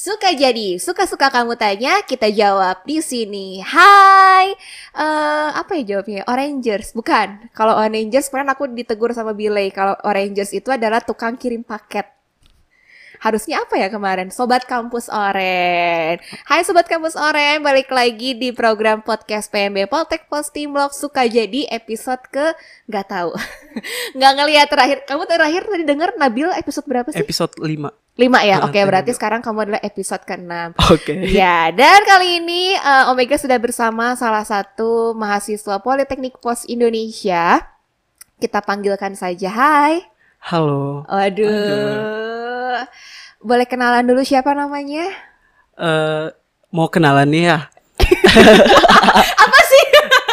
Suka jadi, suka-suka kamu tanya, kita jawab di sini. Hai, apa ya jawabnya? Orangers, bukan. Kalau Orangers, kemarin aku ditegur sama Billy. Kalau Orangers itu adalah tukang kirim paket. Harusnya apa ya kemarin? Sobat Kampus Oren. Hai Sobat Kampus Oren, balik lagi di program podcast PMB Poltek Postimlog Suka Jadi episode ke nggak tahu. Nggak ngelihat terakhir. Kamu terakhir tadi dengar Nabil episode berapa sih? Episode 5. 5 ya? Oke, berarti sekarang kamu adalah episode ke-6. Oke. Ya, dan kali ini Omega sudah bersama salah satu mahasiswa Politeknik Pos Indonesia. Kita panggilkan saja. Hai. Halo. Waduh. Boleh kenalan dulu siapa namanya? Mau kenalan nih ya? Apa sih?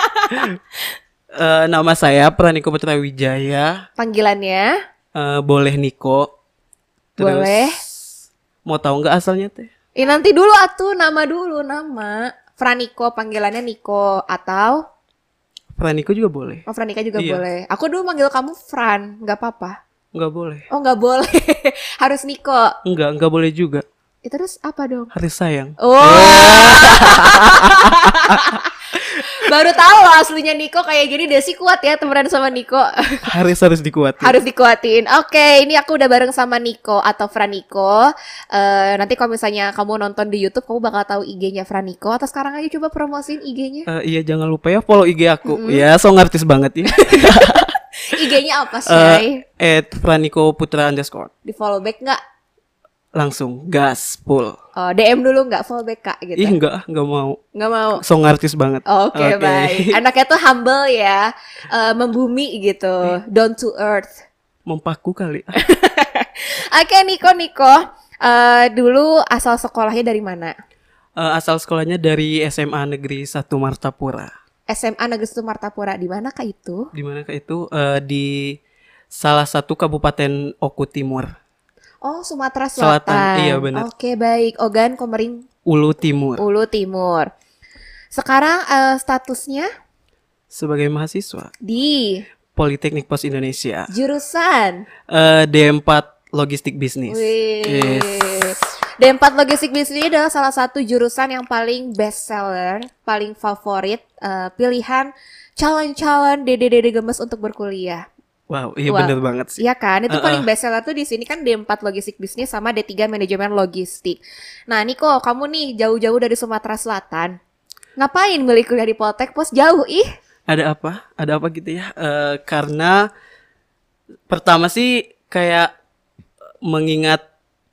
Nama saya Praniko Putra Wijaya. Panggilannya? Boleh Niko. Terus, boleh. Mau tahu nggak asalnya teh? Nanti dulu atuh, nama dulu, nama. Franiko, panggilannya Niko atau? Praniko juga boleh. Oh, Franika juga Iya. boleh. Aku dulu manggil kamu Fran, nggak apa-apa. Nggak boleh. Oh, nggak boleh. Harus Niko. Nggak boleh juga. Terus apa dong? Harus sayang. Oh. Baru tahu loh aslinya Niko kayak gini. Desi kuat ya temenan sama Niko. Harus dikuatin. Harus dikuatin. Oke, ini aku udah bareng sama Niko atau Franiko. Nanti kalau misalnya kamu nonton di YouTube, kamu bakal tahu IG-nya Franiko. Atau sekarang aja coba promosiin IG-nya. Iya, jangan lupa ya follow IG aku. Ya, so ngartis banget ya. IG-nya apa sih? @Praniko Putra _ Di follow back nggak? Langsung gas full. Oh, DM dulu nggak follow back Kak gitu? Ih, nggak mau. Nggak mau. So ngartis banget. Oke, baik. Anaknya tuh humble ya, membumi gitu, down to earth. Mempaku kali. Oke, Niko. Dulu asal sekolahnya dari mana? Asal sekolahnya dari SMA Negeri 1 Martapura. SMA Negeri 1 Martapura. Di mana kah itu? Di mana kah itu? Di salah satu kabupaten Oku Timur. Oh, Sumatera Selatan. Iya, benar. Oke, baik. Ogan Komering Ulu Timur. Ulu Timur. Sekarang statusnya Sebagai mahasiswa di Politeknik Pos Indonesia. jurusan D4 Logistik Bisnis. Wih. D4 Logistik Bisnis ini adalah salah satu jurusan yang paling best seller, paling favorit, pilihan calon-calon dede-dede gemes untuk berkuliah. Wow, iya bener banget sih. Iya kan, itu paling best seller tuh di sini kan D4 Logistik Bisnis sama D3 Manajemen Logistik. Nah, Niko, kamu nih jauh-jauh dari Sumatera Selatan. Ngapain milih kuliah di Poltek Pos? Jauh ih. Ada apa gitu ya? Karena pertama sih kayak mengingat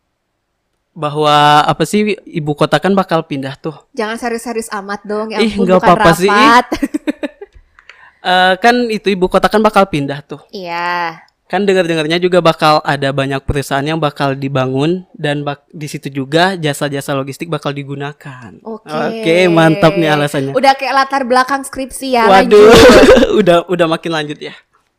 bahwa apa sih ibu kota kan bakal pindah tuh. Jangan serius-serius amat dong, ya Ih, ampun, nggak bukan apa-apa sih, rapat. Kan itu ibu kota kan bakal pindah tuh. Iya. Kan dengar-dengarnya juga bakal ada banyak perusahaan yang bakal dibangun dan di situ juga jasa-jasa logistik bakal digunakan. Oke, mantap nih alasannya. Udah kayak latar belakang skripsi ya. Waduh, lanjut. udah makin lanjut ya.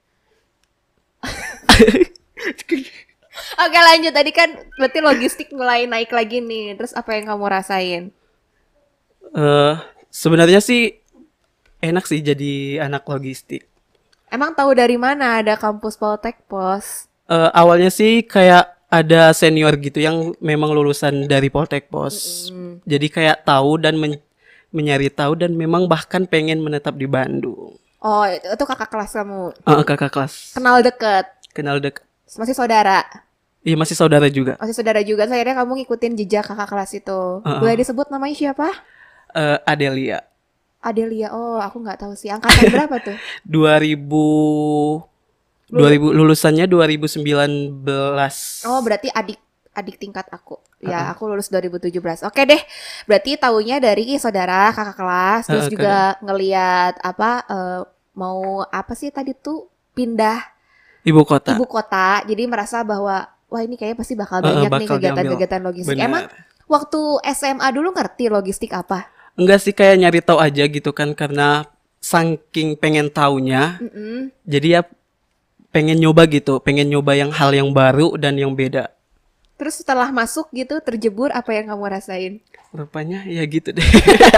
Oke, lanjut. Tadi kan berarti logistik mulai naik lagi nih. Terus apa yang kamu rasain? Sebenarnya sih enak sih jadi anak logistik. Emang tahu dari mana ada kampus Poltek Pos? Awalnya sih kayak ada senior gitu yang memang lulusan dari Poltek Pos. Jadi kayak tahu dan menyari tahu dan memang bahkan pengen menetap di Bandung. Oh, itu kakak kelas kamu. Kakak kelas. Kenal deket. Kenal Masih saudara. Iya, masih saudara juga. Masih saudara juga. So, akhirnya kamu ngikutin jejak kakak kelas itu. Boleh disebut namanya siapa? Adelia. Adelia. Oh, aku nggak tahu sih. Angkatan berapa tuh? 2000 lulusannya 2019. Oh, berarti adik tingkat aku. Ya, aku lulus 2017. Oke deh. Berarti taunya dari saudara kakak kelas, terus juga ngelihat apa mau apa sih tadi tuh pindah ibu kota. Jadi merasa bahwa wah, ini kayaknya pasti bakal banyak nih kegiatan-kegiatan logistik. Bener. Emang waktu SMA dulu ngerti logistik apa? Enggak sih, kayak nyari tahu aja gitu kan, karena saking pengen taunya. Jadi ya pengen nyoba gitu, pengen nyoba hal yang baru dan yang beda. Terus setelah masuk gitu terjebur, apa yang kamu rasain? Rupanya ya gitu deh.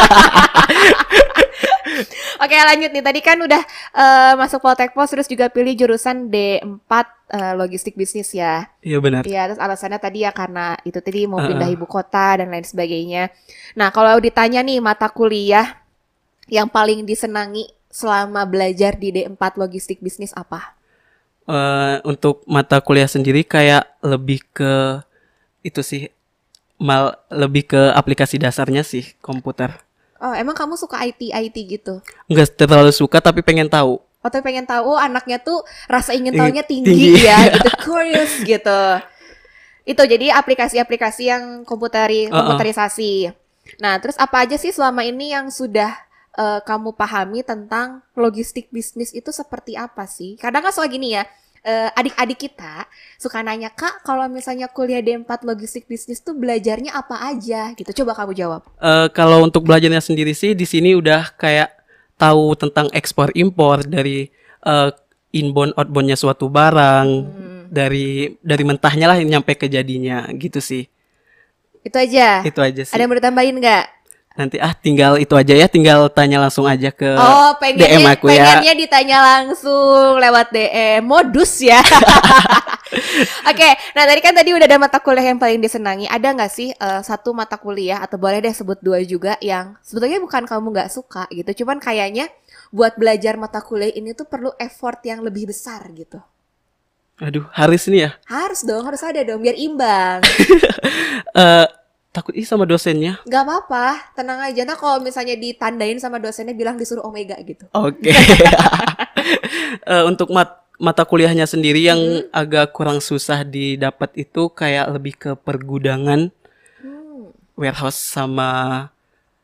Oke, lanjut nih. Tadi kan udah masuk Poltekpos terus juga pilih jurusan D4 logistik bisnis ya. Iya benar. Iya, terus alasannya tadi ya karena itu tadi mau pindah ibu kota dan lain sebagainya. Nah, kalau ditanya nih mata kuliah yang paling disenangi selama belajar di D4 logistik bisnis apa? Untuk mata kuliah sendiri kayak lebih ke itu sih, lebih ke aplikasi dasarnya sih, komputer. Oh, emang kamu suka IT gitu? Enggak terlalu suka tapi pengen tahu. Oh, tapi pengen tahu, anaknya tuh rasa ingin tahunya Tinggi. tinggi ya, gitu, curious gitu. Itu jadi aplikasi-aplikasi yang komputerisasi. Nah, terus apa aja sih selama ini yang sudah kamu pahami tentang logistik bisnis itu seperti apa sih? Kadang kan soal gini ya, adik-adik kita suka nanya, Kak, kalau misalnya kuliah D4 logistik bisnis tuh belajarnya apa aja gitu. Coba kamu jawab. Kalau untuk belajarnya sendiri sih di sini udah kayak tahu tentang ekspor impor dari inbound outboundnya suatu barang, dari mentahnya lah nyampe ke jadinya gitu sih. Itu aja. Itu aja sih. Ada yang mau ditambahin nggak? Nanti tinggal itu aja ya, tinggal tanya langsung aja ke DM aku ya. Pengennya ditanya langsung lewat DM, modus ya. Oke, nah tadi udah ada mata kuliah yang paling disenangi. Ada nggak sih satu mata kuliah atau boleh deh sebut dua juga yang sebetulnya bukan kamu nggak suka gitu, cuman kayaknya buat belajar mata kuliah ini tuh perlu effort yang lebih besar gitu. Aduh, Haris nih ya. Harus ada dong biar imbang. Takut sama dosennya. Gak apa-apa, tenang aja. Nah kalau misalnya ditandain sama dosennya bilang disuruh omega gitu. Oke. Untuk mata kuliahnya sendiri yang agak kurang susah didapat itu kayak lebih ke pergudangan, warehouse sama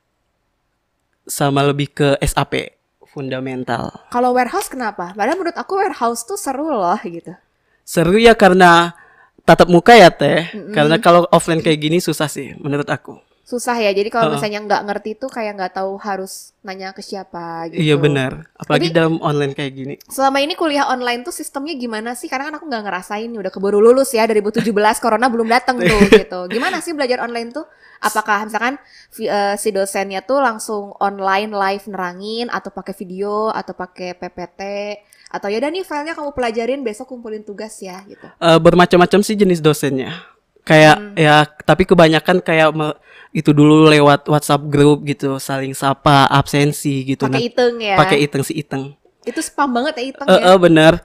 lebih ke SAP, fundamental. Kalau warehouse kenapa? Padahal menurut aku warehouse tuh seru loh gitu. Seru ya karena tatap muka ya Teh. Karena kalau offline kayak gini susah sih menurut aku. Susah ya, jadi kalau misalnya nggak ngerti tuh kayak nggak tahu harus nanya ke siapa gitu. Iya benar, apalagi Tapi, dalam online kayak gini. Selama ini kuliah online tuh sistemnya gimana sih? Karena kan aku nggak ngerasain, udah keburu lulus ya 2017, corona belum datang tuh gitu. Gimana sih belajar online tuh? Apakah misalkan si dosennya tuh langsung online live nerangin, atau pakai video, atau pakai PPT, atau yaudah nih filenya kamu pelajarin besok kumpulin tugas ya gitu. Bermacam-macam sih jenis dosennya. Kayak ya, tapi kebanyakan kayak itu dulu lewat WhatsApp grup gitu, saling sapa, absensi gitu. Pakai Iteng ya. Pakai Iteng si Iteng. Itu spam banget ya Iteng ya. Bener.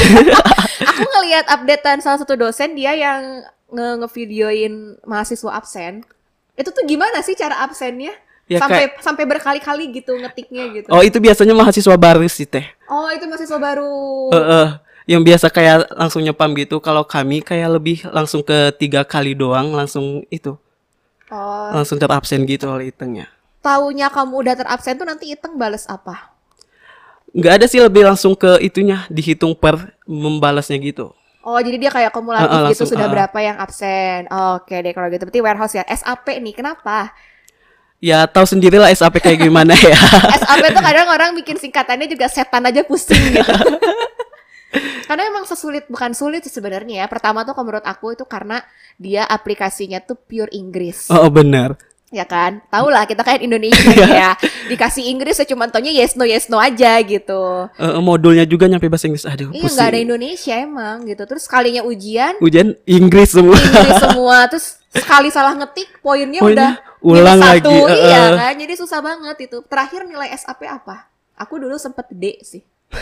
Aku ngelihat updatean salah satu dosen dia yang ngevideoin mahasiswa absen. Itu tuh gimana sih cara absennya? Ya, sampai berkali-kali gitu ngetiknya gitu. Oh, itu biasanya mahasiswa baru sih Teh. Oh, itu mahasiswa baru. Yang biasa kayak langsung nyepam gitu. Kalau kami kayak lebih langsung ke 3 kali doang langsung itu. Oh. Langsung terabsen gitu oleh Itengnya. Taunya kamu udah terabsen tuh nanti Iteng bales apa? Nggak ada sih, lebih langsung ke itunya, dihitung per membalasnya gitu. Oh, jadi dia kayak kumulatif gitu langsung, sudah berapa yang absen. Oke deh kalau gitu. Berarti warehouse ya. SAP nih, kenapa? Ya tahu sendirilah SAP kayak gimana ya. SAP tuh kadang orang bikin singkatannya juga setan aja pusing gitu. Karena emang bukan sulit sih sebenarnya ya. Pertama tuh menurut aku itu karena dia aplikasinya tuh pure Inggris. Oh benar. Ya kan? Tahu lah kita kan Indonesia ya. Dikasih Inggris ya cuma taunya yes no aja gitu. Modulnya juga nyampe bahasa Inggris. Aduh, iya nggak ada Indonesia emang gitu. Terus sekalinya ujian Inggris semua. Terus sekali salah ngetik poinnya udah ulang -1. lagi. Iya kan? Jadi susah banget itu. Terakhir nilai SAP apa? Aku dulu sempet D sih.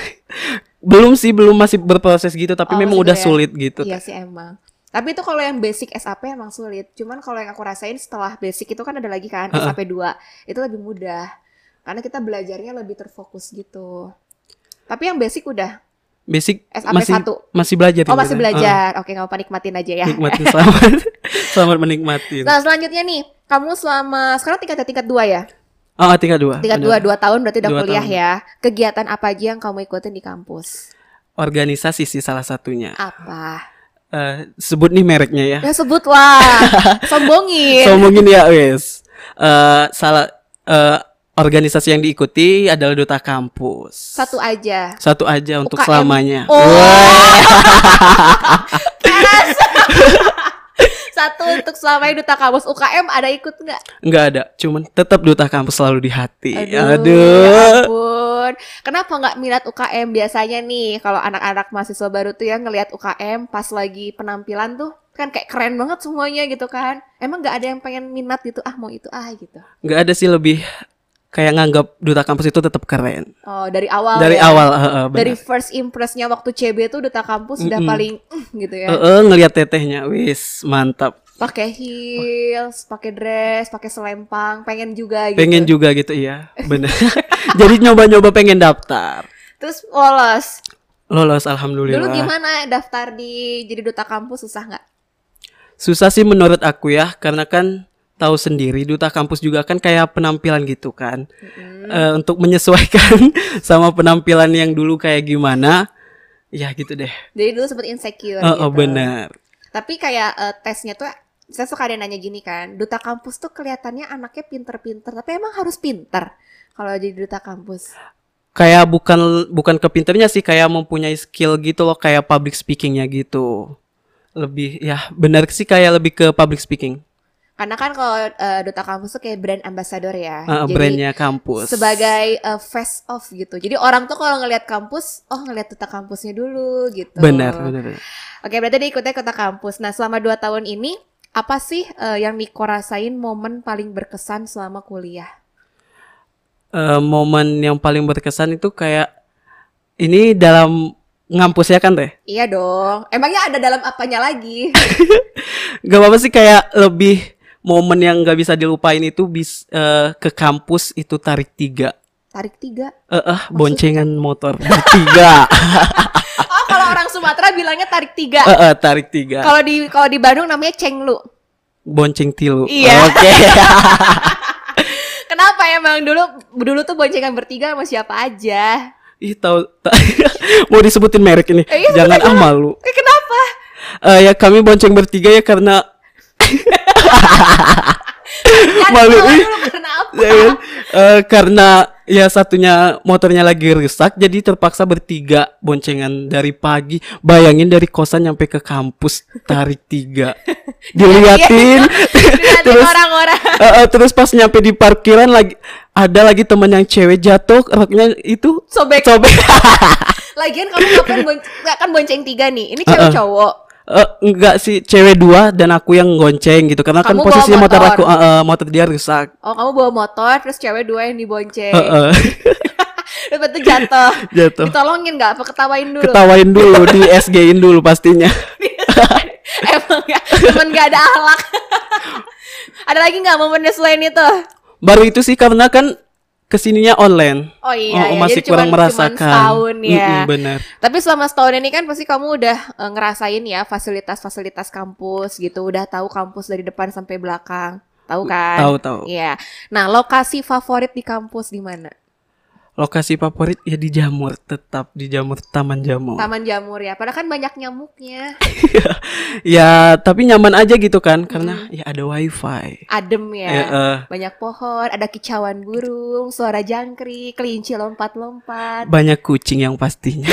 belum masih berproses gitu, tapi memang udah sulit gitu. Iya sih emang. Tapi itu kalau yang basic SAP emang sulit. Cuman kalau yang aku rasain setelah basic itu kan ada lagi kan SAP 2. Itu lebih mudah. Karena kita belajarnya lebih terfokus gitu. Tapi yang basic udah. Basic SAP 1. Masih belajar. Oh, masih belajar. Oke, enggak apa nikmatin aja ya. Nikmatin selamat. Selamat menikmati. Nah, selanjutnya nih, kamu sekarang tingkat 2 ya? Oh, tingkat 2. Tingkat 2 tahun berarti udah 2 kuliah tahun. ya. Kegiatan apa aja yang kamu ikutin di kampus? Organisasi sih salah satunya. Apa? Sebut nih mereknya ya. Ya sebutlah. Sombongin ya, wes. Organisasi yang diikuti adalah Duta Kampus. Satu aja untuk UKM. selamanya. Oh. satu untuk selama Duta Kampus UKM ada ikut nggak? Nggak ada, cuman tetap duta kampus selalu di hati. Ya Aduh. ampun. Kenapa nggak minat UKM? Biasanya nih kalau anak-anak mahasiswa baru tuh ya ngelihat UKM pas lagi penampilan tuh kan kayak keren banget semuanya gitu kan. Emang nggak ada yang pengen minat gitu, mau itu gitu. Nggak ada sih, lebih kayak nganggap duta kampus itu tetap keren. Oh, dari awal Dari ya? awal, benar. Dari first impressnya waktu CB tuh Duta Kampus udah paling gitu ya. Ngelihat tetehnya, wis mantap. Pakai heels, pakai dress, pakai selempang, pengen juga gitu. Pengen juga gitu, iya, bener. Jadi nyoba-nyoba pengen daftar. Terus lolos. Lolos, alhamdulillah. Dulu gimana daftar jadi Duta Kampus, susah nggak? Susah sih menurut aku ya, karena kan tahu sendiri duta kampus juga kan kayak penampilan gitu kan. Untuk menyesuaikan sama penampilan yang dulu kayak gimana, ya gitu deh. Jadi dulu sempet insecure gitu. Benar. Tapi kayak tesnya tuh, saya suka ada nanya gini kan, Duta Kampus tuh kelihatannya anaknya pinter-pinter, tapi emang harus pinter kalau jadi Duta Kampus? Kayak bukan kepinternya sih, kayak mempunyai skill gitu loh, kayak public speakingnya gitu. Lebih ya benar sih, kayak lebih ke public speaking. Karena kan kalau Duta Kampus tuh kayak brand ambassador ya. Jadi brandnya kampus. sebagai face off gitu. Jadi orang tuh kalau ngelihat kampus, ngelihat Duta Kampusnya dulu gitu. Benar. Oke, berarti dia ikutnya Duta Kampus. Nah, selama 2 tahun ini apa sih yang Niko rasain momen paling berkesan selama kuliah? Momen yang paling berkesan itu kayak ini dalam ngampus ya kan teh? Iya dong. Emangnya ada dalam apanya lagi? Gak apa-apa sih, kayak lebih momen yang gak bisa dilupain itu ke kampus itu tarik 3. Tarik 3? Boncengan motor bertiga. Kalau orang Sumatera bilangnya tarik 3. Tarik 3. Kalau di Bandung namanya cenglu. Bonceng tilu. Iya. Oke. Kenapa emang dulu tuh boncengan bertiga sama siapa aja? Ih, tahu mau disebutin merek ini. Jangan malu. Kenapa? Ya kami bonceng bertiga ya karena malu karena apa? Karena ya satunya motornya lagi rusak, jadi terpaksa bertiga boncengan dari pagi. Bayangin dari kosan nyampe ke kampus tarik 3. Diliatin terus orang-orang. Terus pas nyampe di parkiran ada lagi teman yang cewek jatuh, roknya itu sobek. Lagian kamu kan bonceng 3 nih. Ini cewek cowok. Enggak sih, cewek 2 dan aku yang gonceng gitu, karena Kamu kan posisinya motor aku motor dia rusak. Oh, kamu bawa motor terus cewek 2 yang dibonceng. Terus itu jatuh. Ditolongin nggak? Apa ketawain dulu? Ketawain dulu, di SG-in dulu pastinya. Emang ya, temen gak ada akhlak. Ada lagi nggak momennya selain itu? Baru itu sih, karena kan kesininya online. Oh iya, masih jadi kurang cuman merasakan. setahun ya. Benar. Tapi selama setahun ini kan pasti kamu udah ngerasain ya fasilitas-fasilitas kampus gitu. Udah tahu kampus dari depan sampai belakang. Tahu kan? Tahu. Iya. Nah, lokasi favorit di kampus di mana? Lokasi favorit ya di Jamur, tetap di Jamur, Taman Jamur. Taman Jamur ya. Padahal kan banyak nyamuknya. Ya, tapi nyaman aja gitu kan, karena ya ada wifi. Adem ya. Banyak pohon, ada kicauan burung, suara jangkrik, kelinci lompat-lompat. Banyak kucing yang pastinya.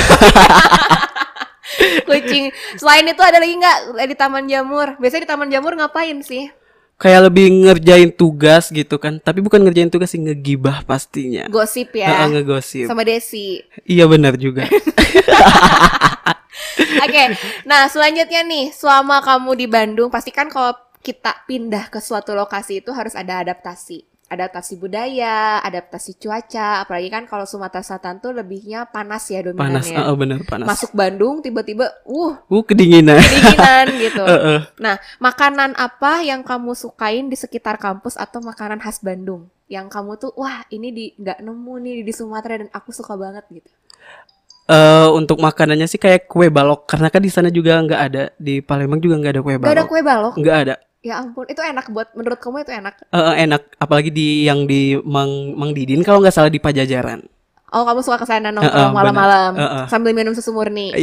Kucing. Selain itu ada lagi nggak di Taman Jamur? Biasanya di Taman Jamur ngapain sih? Kayak lebih ngerjain tugas gitu kan. Tapi bukan ngerjain tugas sih, ngegibah pastinya. Gosip ya. Ngegosip. Sama Desi. Iya benar juga. Oke, nah selanjutnya nih, selama kamu di Bandung, pasti kan kalau kita pindah ke suatu lokasi itu harus ada adaptasi. Adaptasi budaya, adaptasi cuaca, apalagi kan kalau Sumatera Selatan tuh lebihnya panas ya dominannya. Panas, benar panas. Masuk Bandung tiba-tiba, kedinginan. Kedinginan gitu. Nah, makanan apa yang kamu sukain di sekitar kampus atau makanan khas Bandung? Yang kamu tuh, ini nggak nemu nih di Sumatera dan aku suka banget gitu. Untuk makanannya sih kayak kue balok, karena kan di sana juga nggak ada, di Palembang juga nggak ada kue balok. Nggak ada kue balok? Nggak ada. Ya ampun, itu enak menurut kamu itu enak? Enak, apalagi yang di Mang Didin kalau nggak salah di Pajajaran. Oh, kamu suka kesana nongkrong malam-malam sambil minum susu murni.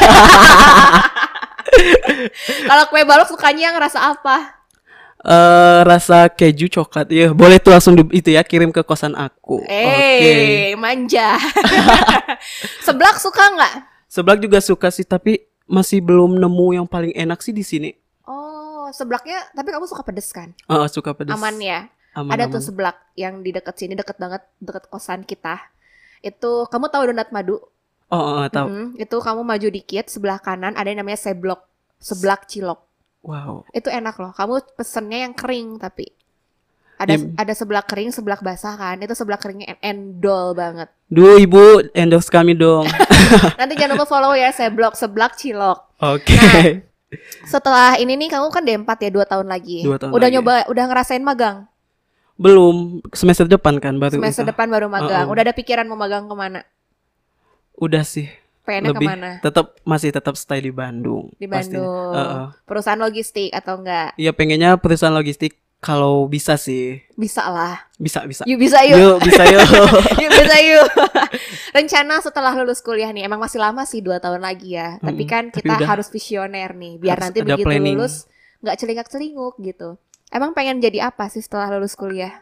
Kalau kue balok sukanya yang rasa apa? Rasa keju coklat. Ya, boleh tuh langsung kirim ke kosan aku. Oke. Manja. Seblak suka nggak? Seblak juga suka sih, tapi masih belum nemu yang paling enak sih di sini. Oh, Oh, seblaknya, tapi kamu suka pedes kan? Oh, suka pedas. Aman ya? Aman, Ada aman. tuh seblak yang di deket sini, deket banget, deket kosan kita. Itu, kamu tahu donat madu? Tahu. Itu kamu maju dikit, sebelah kanan ada yang namanya seblak cilok. Wow. Itu enak loh. Kamu pesennya yang kering tapi ada seblak kering, seblak basah kan. Itu seblak keringnya endol banget. Duh, Ibu, endorse kami dong. Nanti jangan lupa follow ya seblak cilok. Oke. Nah, setelah ini nih kamu kan D4 ya 2 tahun lagi. 2 tahun Udah lagi. udah ngerasain magang? Belum, semester depan kan baru Semester itu. depan baru magang. Udah ada pikiran mau magang kemana? Udah sih. Pengennya Lebih kemana? masih tetap stay di Bandung. Di pastinya. Bandung. Perusahaan logistik atau enggak? Iya, pengennya perusahaan logistik kalau bisa sih. Bisa lah. Bisa. Yuk bisa yuk. Yuk, bisa yuk. Yuk bisa yuk. Rencana setelah lulus kuliah nih, emang masih lama sih 2 tahun lagi ya. Tapi kan tapi kita udah harus visioner nih, biar harus nanti ada begitu planning. lulus nggak celingak-celinguk gitu. Emang pengen jadi apa sih setelah lulus kuliah?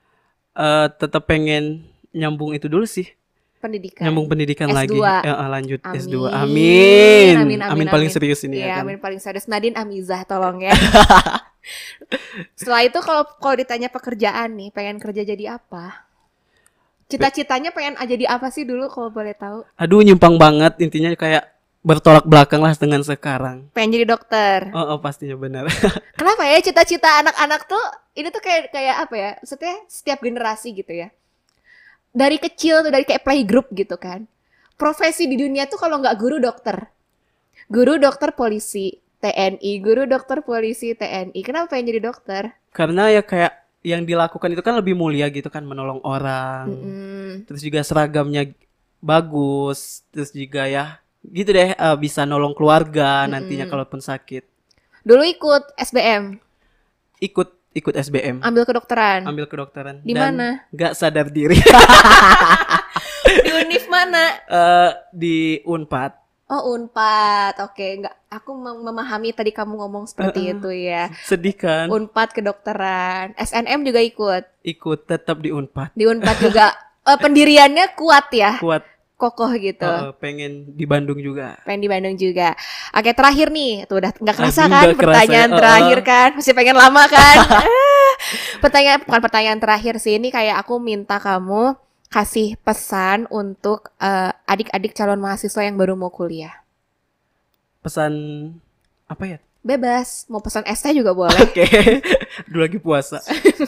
Tetap pengen nyambung itu dulu sih. Pendidikan. Nyambung pendidikan S2. lagi. Lanjut Amin. S2. Amin. Amin, Amin paling serius ini Iya, ya kan. amin paling serius. Nadine Amizah tolong ya. Setelah itu kalau ditanya pekerjaan nih, pengen kerja jadi apa? Cita-citanya pengen jadi apa sih dulu kalau boleh tahu? Aduh, nyimpang banget, intinya kayak bertolak belakang lah dengan sekarang. Pengen jadi dokter. Pastinya benar. Kenapa ya cita-cita anak-anak tuh ini tuh kayak apa ya? Maksudnya setiap generasi gitu ya. Dari kecil tuh dari kayak playgroup gitu kan. Profesi di dunia tuh kalau nggak guru dokter polisi, TNI, guru dokter polisi, TNI. Kenapa pengen jadi dokter? Karena ya kayak yang dilakukan itu kan lebih mulia gitu kan, menolong orang. Terus juga seragamnya bagus, terus juga ya gitu deh, bisa nolong keluarga nantinya kalaupun sakit. Dulu ikut SBM, Ikut SBM, ambil kedokteran. ambil kedokteran. Di dan mana? Gak sadar diri. Di Univ mana? Di Unpad. Oh, Unpad. Oke, nggak, aku memahami tadi kamu ngomong seperti itu ya. Sedih kan? Unpad kedokteran. SNM juga ikut. Ikut tetap di Unpad. Di Unpad juga pendiriannya kuat ya. Kuat. Kokoh gitu. Pengen di Bandung juga. Pengen di Bandung juga. Oke, terakhir nih. Tuh udah nggak kerasa Aduh, kan nggak kerasa pertanyaan ya. terakhir kan. Masih pengen lama kan. Bukan pertanyaan terakhir sih. Ini kayak aku minta kamu kasih pesan untuk adik-adik calon mahasiswa yang baru mau kuliah. Pesan apa ya? Bebas, mau pesan es teh juga boleh. Oke. Dulu lagi puasa.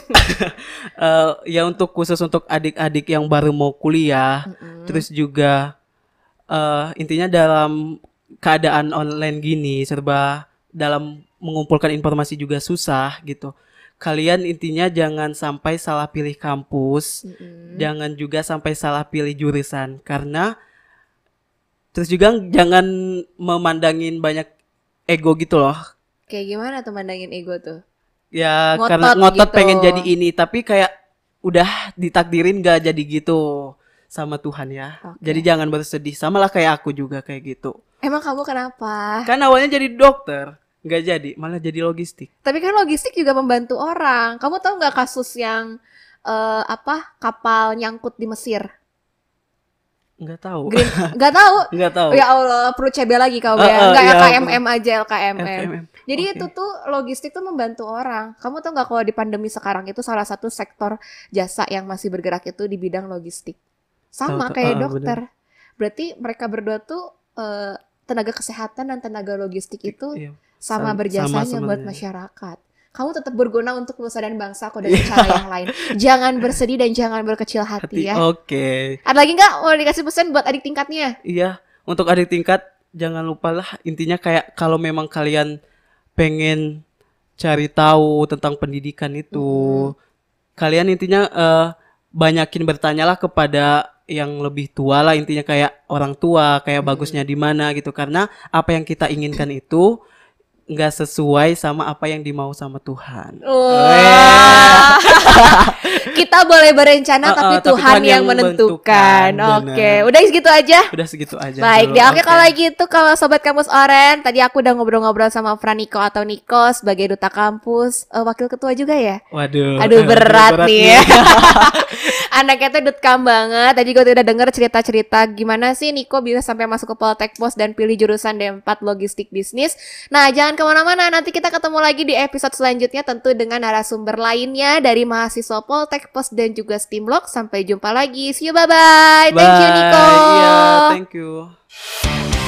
Ya khusus untuk adik-adik yang baru mau kuliah, terus juga intinya dalam keadaan online gini serba dalam mengumpulkan informasi juga susah gitu. Kalian intinya jangan sampai salah pilih kampus, jangan juga sampai salah pilih jurusan, karena terus juga jangan memandangin banyak ego gitu loh. Kayak gimana tuh mandangin ego tuh? Ya Ngotot karena ngotot gitu. pengen jadi ini, tapi kayak udah ditakdirin gak jadi gitu sama Tuhan ya. Oke. Jadi jangan bersedih, sama lah kayak aku juga kayak gitu. Emang kamu kenapa? Kan awalnya jadi dokter, gak jadi, malah jadi logistik. Tapi kan logistik juga membantu orang. Kamu tahu nggak kasus yang kapal nyangkut di Mesir? Nggak tahu. Nggak tahu? Nggak tahu. Ya Allah, perlu CB lagi kau ya. Nggak iya, LKMM aja, LKMM. LKMM. Jadi Oke. itu tuh logistik tuh membantu orang. Kamu tahu nggak kalau di pandemi sekarang itu salah satu sektor jasa yang masih bergerak itu di bidang logistik. Sama Tahu, kayak benar. dokter. Berarti mereka berdua tuh tenaga kesehatan dan tenaga logistik itu Iya. sama Sama berjasanya buat sebenarnya. masyarakat. Kamu tetap berguna untuk nusa dan bangsa kok dengan cara yang lain. Jangan bersedih dan jangan berkecil hati ya. Oke. Ada lagi nggak mau dikasih pesan buat adik tingkatnya? Iya, untuk adik tingkat jangan lupa lah, intinya kayak kalau memang kalian pengen cari tahu tentang pendidikan itu, kalian intinya banyakin bertanyalah kepada yang lebih tua lah, intinya kayak orang tua, kayak bagusnya di mana gitu, karena apa yang kita inginkan itu nggak sesuai sama apa yang dimau sama Tuhan. Wah. Kita boleh berencana tapi tapi Tuhan yang menentukan. benar. Oke, udah segitu aja. Udah segitu aja. Baik, dulu. oke kalau gitu kalau Sobat Kampus Oren, tadi aku udah ngobrol-ngobrol sama Franiko atau Niko sebagai duta kampus, wakil ketua juga ya? Waduh. Aduh berat nih. Anaknya tuh dutkam banget. Tadi gue udah denger cerita-cerita gimana sih Niko bisa sampai masuk ke Poltek Pos dan pilih jurusan D4 Logistik Bisnis. Nah, jangan Jangan kemana-mana, nanti kita ketemu lagi di episode selanjutnya tentu dengan narasumber lainnya dari mahasiswa Poltek, Pos, dan juga Stimlog. Sampai jumpa lagi. See you, bye-bye. Thank you, Nico. Iya, thank you.